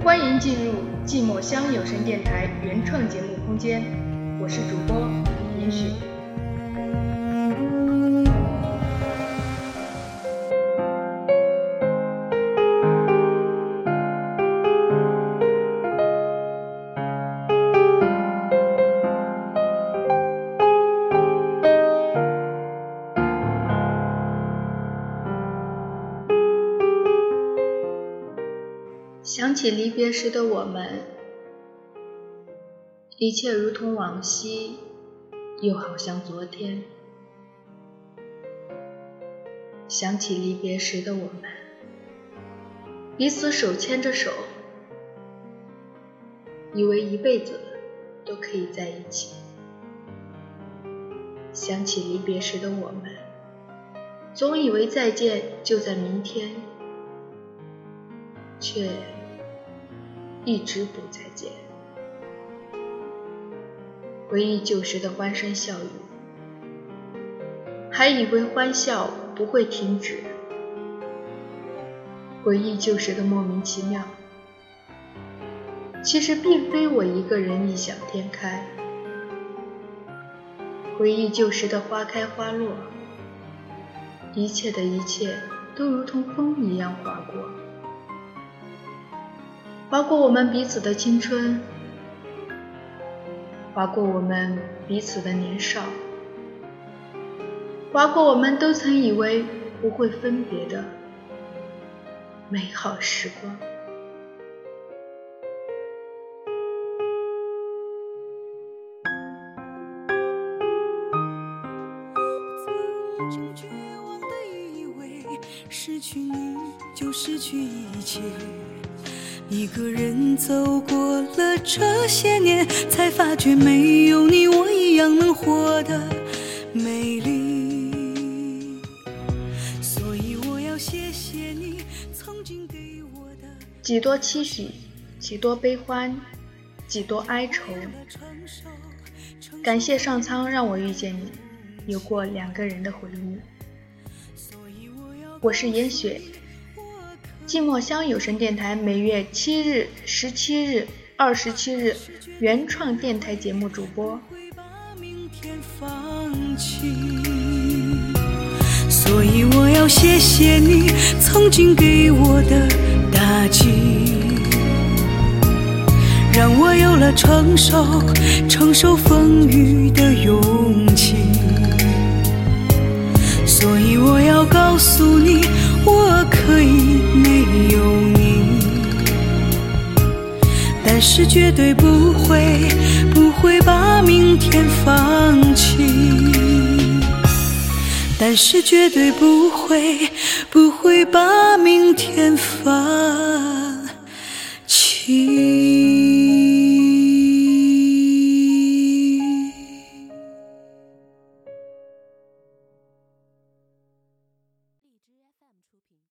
欢迎进入寂寞乡有声电台原创节目空间，我是主播严雪。想起离别时的我们，一切如同往昔，又好像昨天。想起离别时的我们，彼此手牵着手，以为一辈子都可以在一起。想起离别时的我们，总以为再见就在明天，却一直不再见。回忆旧时的欢声笑语，还以为欢笑不会停止。回忆旧时的莫名其妙，其实并非我一个人异想天开。回忆旧时的花开花落，一切的一切都如同风一样划过，划过我们彼此的青春，划过我们彼此的年少，划过我们都曾以为不会分别的美好时光。 曾经绝望的以为失去你就失去一切，一个人走过了这些年，才发觉没有你我一样能活得美丽。所以我要谢谢你曾经给我的几多期许，几多悲欢，几多哀愁。感谢上苍让我遇见你，有过两个人的回忆。我是严雪，寂寞乡有声电台每月7日、17日、27日原创电台节目主播。 所以我要谢谢你曾经给我的打击，让我有了承受风雨的勇气。所以我要告诉你，我可以没有你，但是绝对不会把明天放弃，但是绝对不会把明天